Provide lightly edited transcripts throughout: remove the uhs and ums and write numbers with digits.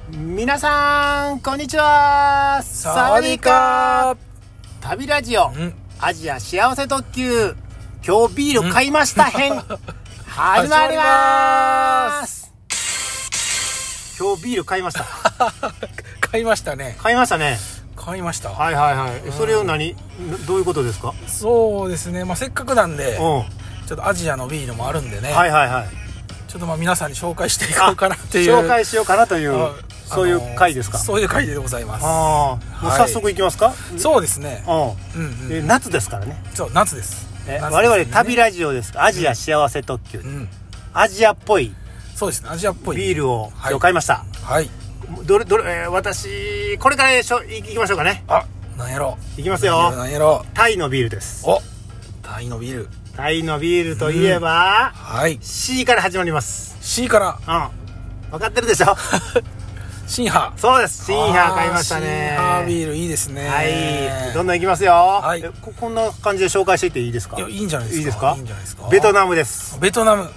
皆さんこんにちは。 サワディーカー。 旅ラジオ、アジア幸せ特急、今日ビール買いました編、始まります。今日ビール買いました買いましたね。 買いましたね。 買いました。 はいはいはい。それをどういうことですか？ そうですね、せっかくなんで、 ちょっとアジアのビールもあるんでね、 はいはいはい、 ちょっと皆さんに紹介していこうかなっていう、 紹介しようかなという、そういう回ですか？ そういう回でございます。 もう早速いきますか？ そうですね。 夏ですからね。 そう、夏です。 我々旅ラジオです。アジア幸せ特急、アジアっぽい、 そうですね、アジアっぽいビールを今日買いました。 はい。 私これからいきましょうかね。 なんやろいきますよ。 なんやろ。 タイのビールです。 タイのビール。 タイのビールといえば、 はい、 C から始まります。 C から。 分かってるでしょシンハー。 そうです、シンハー買いましたね。 シンハービールいいですね。 はい、どんどんいきますよ。はい、こんな感じで紹介していっていいですか？ いいんじゃないですか。 いいですか？ いいんじゃないですか。 ベトナムです。 ベトナム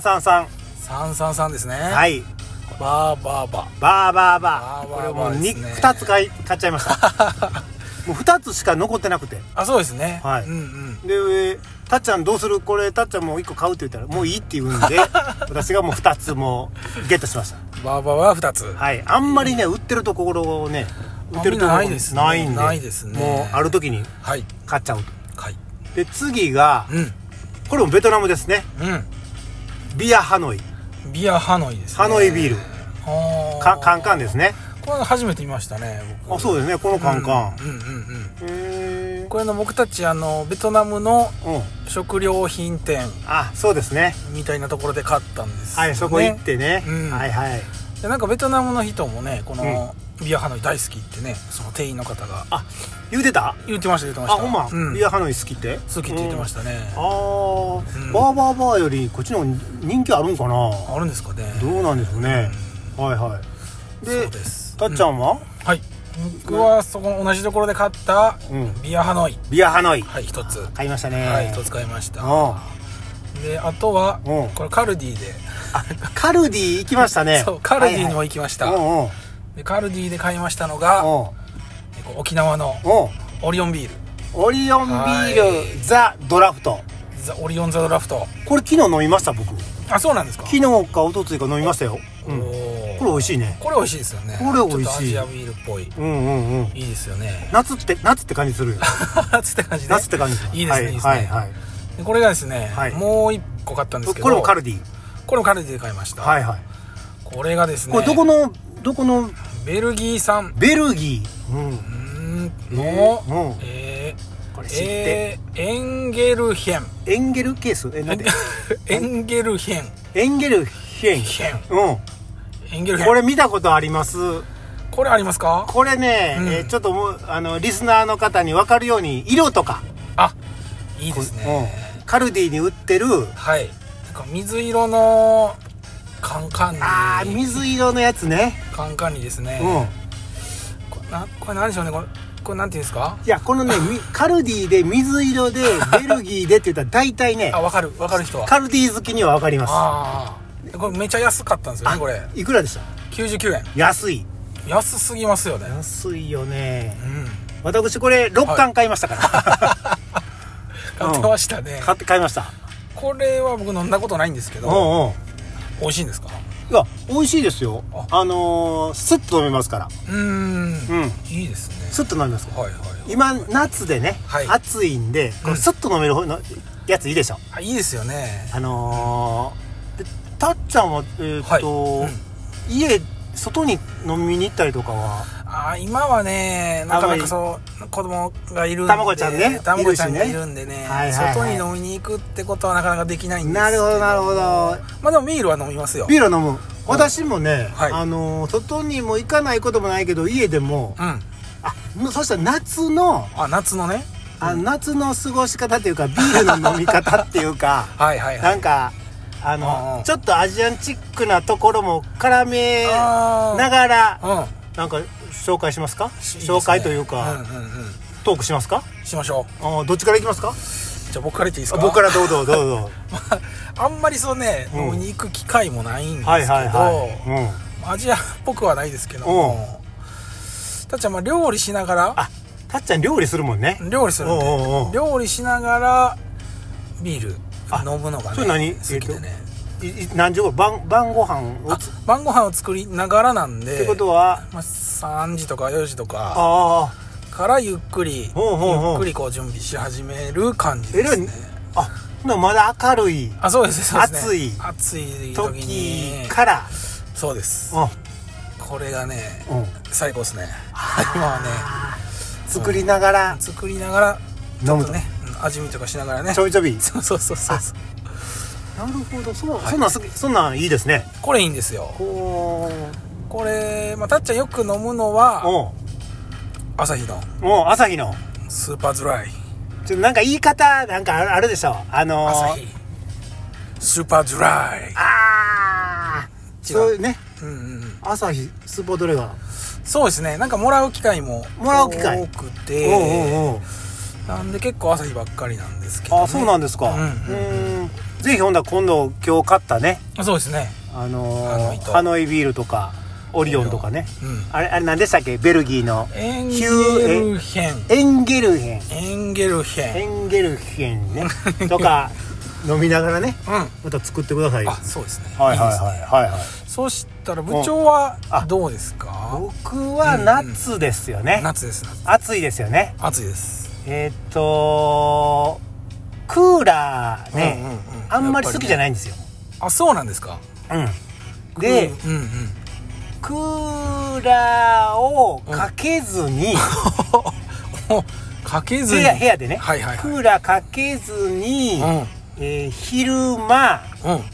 333 ですね。 はい。 バーバーバこれもう2つ買っちゃいましたもう2つしか残ってなくて。 そうですね。 はい。で、たっちゃんどうする？これたっちゃんもう1個買うって言ったらもういいって言うんで私がもう2つもゲットしました。 バーバーは2つ。 はい。あんまりね売ってるところをね、売ってるところないですね。ないんで、もうある時に買っちゃうと。 はい。 で次が、これもベトナムですね。ビアハノイ。 ビアハノイですね。 ハノイビール。カンカンですね。 これ初めて見ましたね、僕。 そうですね、このカンカン。 これの僕たちベトナムの食料品店、 そうですね、 みたいなところで買ったんですよね。 はい、そこ行ってね。はいはい。 でなんかベトナムの人もね、このビアハノイ大好きってね、その店員の方が言ってました。 ほんま。 ビアハノイ好きって言ってましたね。 バーバーよりこっちの人気あるんかな？ あるんですかね。 どうなんでしょうね。はいはい。で、たっちゃんは？はい、 僕はそこの同じところで買ったビアハノイ。はい、一つ買いましたね。 はい、一つ買いました。で、あとはこれカルディで。 カルディ行きましたね。 そう、カルディにも行きました。でカルディで買いましたのが沖縄のオリオンビール。 オリオンビールザ・ドラフト。 オリオンザ・ドラフト。 これ昨日飲みました、僕。 そうなんですか？ 昨日か一昨日か飲みましたよ。これ美味しいね。 これ美味しいですよね。 これ美味しい。 ちょっとアジアビールっぽい。いいですよね。 夏って感じするよ。 夏って感じね。 夏って感じ。 いいですね。いいですね。これがですね、もう一個買ったんですけど。 これもカルディ。これもカルディで買いました。 はいはい。 これがですね。 これどこのベルギー産。 ベルギーのこれ知って。 エンゲルヘン。 エンゲルケース？なんで？ エンゲルヘン。 エンゲルヘン。エンゲルヘン。これ見たことあります。 これありますか？ これね、ちょっともうリスナーの方に分かるように色とか。 いいですね。 カルディに売ってる。 はい。水色のカンカンに。 水色のやつね。 カンカンにですね。これ何でしょうね。これなんていうんですか？ いや、このねカルディで水色でベルギーでって言ったら大体ね。 分かる人は。 カルディ好きには分かります。 これめちゃ安かったんですよね。これいくらでした ？99円。安すぎますよね。 安いよね。私これ6缶買いましたから買ってましたね。 買いました。 これは僕飲んだことないんですけど、美味しいんですか？ いや、美味しいですよ。スッと飲めますから。 いいですね。 スッと飲めます。今夏でね、暑いんでスッと飲めるやついいでしょ。 いいですよね。 たっちゃんは外に飲みに行ったりとかは？ 今はね、なかなか子供がいるんで、 卵ちゃんがいるんでね、外に飲みに行くってことはなかなかできないんですけど。 なるほど。 でもビールは飲みますよ。 ビールは飲む。私もね、外にも行かないこともないけど家でも、そしたら夏のね、 夏の過ごし方っていうかビールの飲み方っていうかなんかちょっとアジアンチックなところも絡めながらなんか紹介しますか？紹介というかトークしますか？ しましょう。どっちから行きますか？ じゃあ僕から言っていいですか？ 僕からどうぞあんまり飲みに行く機会もないんですけど、 アジアっぽくはないですけども、たっちゃん料理しながら、 たっちゃん料理するもんね。 料理するんで、料理しながらビール飲むのがね、 それ何好きでね。 何時頃晩ご飯を晩ご飯を作りながらなんで、 ってことは、 3時とか4時とかからゆっくりこう準備し始める感じですね。 まだ明るい、 そうです、 暑い時にから、 そうです。これがね、最高ですね。今はね、 作りながらちょっとね、味見とかしながらね、 ちょびちょび。 そう。 なるほど、そんなんいいですね。 これいいんですよ。これたっちゃんよく飲むのは朝日のスーパードライ。 ちょっとなんか言い方なんかあるでしょ。 朝日スーパードライ。 そうね。朝日スーパードライが。 そうですね。なんかもらう機会も多くて、なんで結構朝日ばっかりなんですけどね。 そうなんですか。ぜひ今度今日買ったね。 そうですね。 ハノイビールとかオリオンとかね。あれ何でしたっけ？ベルギーのエンゲルヘンねとか飲みながらね、また作ってくださいよ。 そうですね。 はい。 そしたら部長はどうですか？ 僕は夏ですよね。 夏です。 暑いですよね。 暑いです。 クーラーね、あんまり好きじゃないんですよ。 そうなんですか。 で、クーラーをかけずに、部屋でね、クーラーかけずに、昼間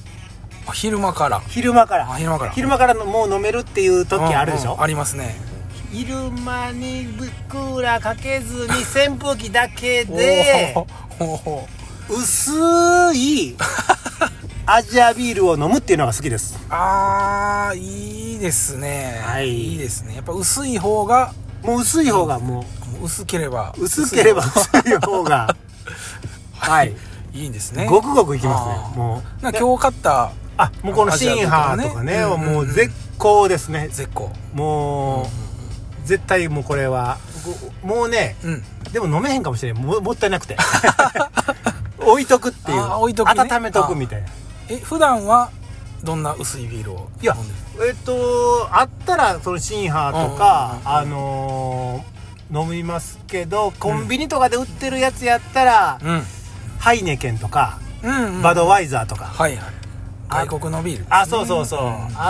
からもう飲めるっていう時あるでしょ。 ありますね。 昼間にクーラーかけずに扇風機だけで薄いアジアビールを飲むっていうのが好きです。 いいですね。いいですね。やっぱ薄い方が薄ければ薄い方がいいんですね。 ごくごくいきますね。もう今日買ったもうこのシンハーとかね、もう絶好ですね。 絶好。 もう絶対もうこれはもうね、でも飲めへんかもしれん。もったいなくて置いとくっていう、温めとくみたいな。 普段はどんな薄いビールを飲んでる？ あったらそのシンハーとか飲みますけど、コンビニとかで売ってるやつやったら、ハイネケンとか、バドワイザーとか、 外国のビールですね。 そう。あ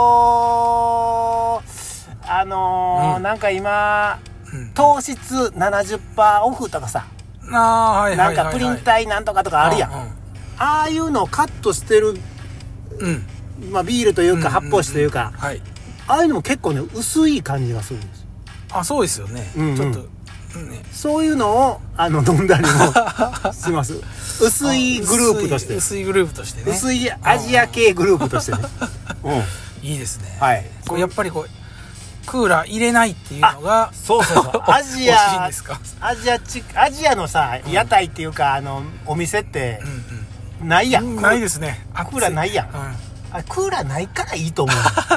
となんか今、糖質 70% オフとかさ、なんかプリン体なんとかとかあるやん。ああいうのをカットしてる、ビールというか発泡酒というか、ああいうのも結構ね薄い感じがするんです。 そうですよね。ちょっとそういうのを飲んだりもします。薄いグループとしてね。薄いアジア系グループとしてね。 いいですね。やっぱりクーラー入れないっていうのがアジアのさ、屋台っていうかお店ってないやん。 ないですね。 クーラーないやん。クーラーないからいいと思う。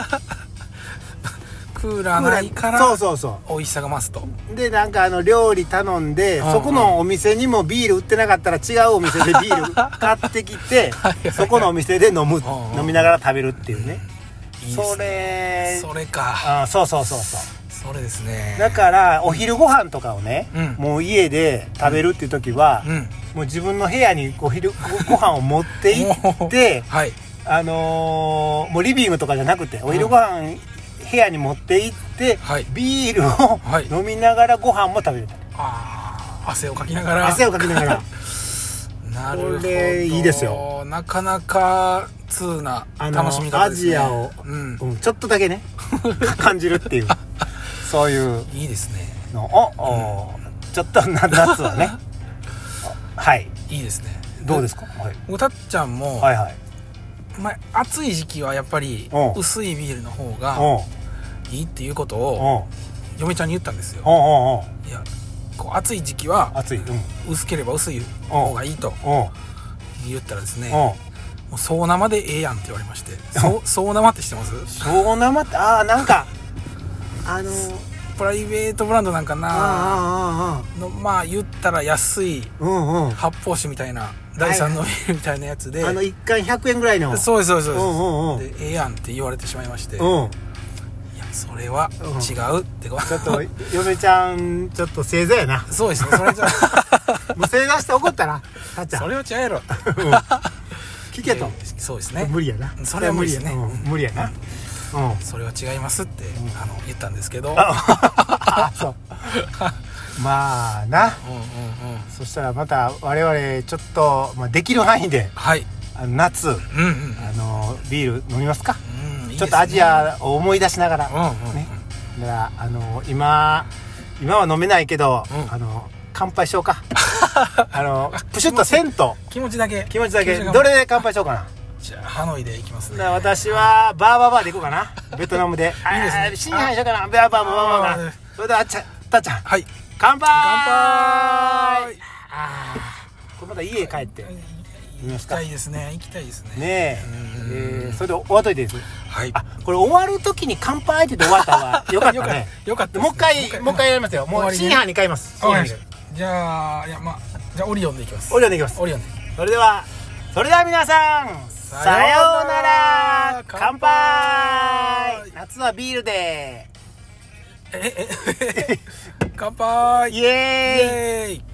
クーラーないから美味しさが増すと。 でなんか料理頼んで、そこのお店にもビール売ってなかったら違うお店でビール買ってきてそこのお店で飲みながら食べるっていうね。それか。そうそれですね。 だからお昼ご飯とかをね、もう家で食べるっていう時は、もう自分の部屋にお昼ご飯を持って行ってもうリビングとかじゃなくてお昼ご飯部屋に持って行って、ビールを飲みながらご飯も食べる。 汗をかきながらなるほど。これいいですよ。 なかなか通な楽しみ方ですね。 アジアをちょっとだけね感じるっていうそういういいですねのをちょっと夏はねいいですね。 どうですか？ たっちゃんも暑い時期はやっぱり薄いビールの方がいいっていうことを嫁ちゃんに言ったんですよ。いや暑い時期は薄ければ薄い方がいいと言ったらですね、 もう総生でええやんって言われまして。総生って知ってます？ 総生って、なんかプライベートブランドなんかなの、まあ言ったら安い発泡酒みたいな、第3のビールみたいなやつで、 1缶100円ぐらいの。 そうですそうですそうです。でええやんって言われてしまいまして、いやそれは違うってちょっと嫁ちゃんちょっと正座やな。 そうですね、それじゃもう正座して怒ったらたっちゃんそれは違うやろ聞けと。 そうですね、 無理やな。 それは無理ですね、 無理やな。 それは違いますって言ったんですけど、 そうまあな、そしたらまた我々ちょっと、できる範囲で、夏、ビール飲みますか。ちょっとアジアを思い出しながらね。だから今は飲めないけど、乾杯しようか。プシュッとせんと気持ちだけどれで乾杯しようかな。 じゃあハノイで行きますね。 私はバーで行こうかな。ベトナムで。いいですね。深夜にしようかな。バーかな。それではたっちゃん。 はい。 乾杯。これまた家帰って行きたいですね。 ねえ。それで終わっといていいです。 はい。 これ終わる時に乾杯って言って終わった方がよかったね。 よかった。 もう一回やりますよ。もう深夜に買います。 じゃあオリオンで行きます。 オリオンで。それでは皆さん。さようなら。乾杯。夏はビールで。 乾杯。 イエーイ。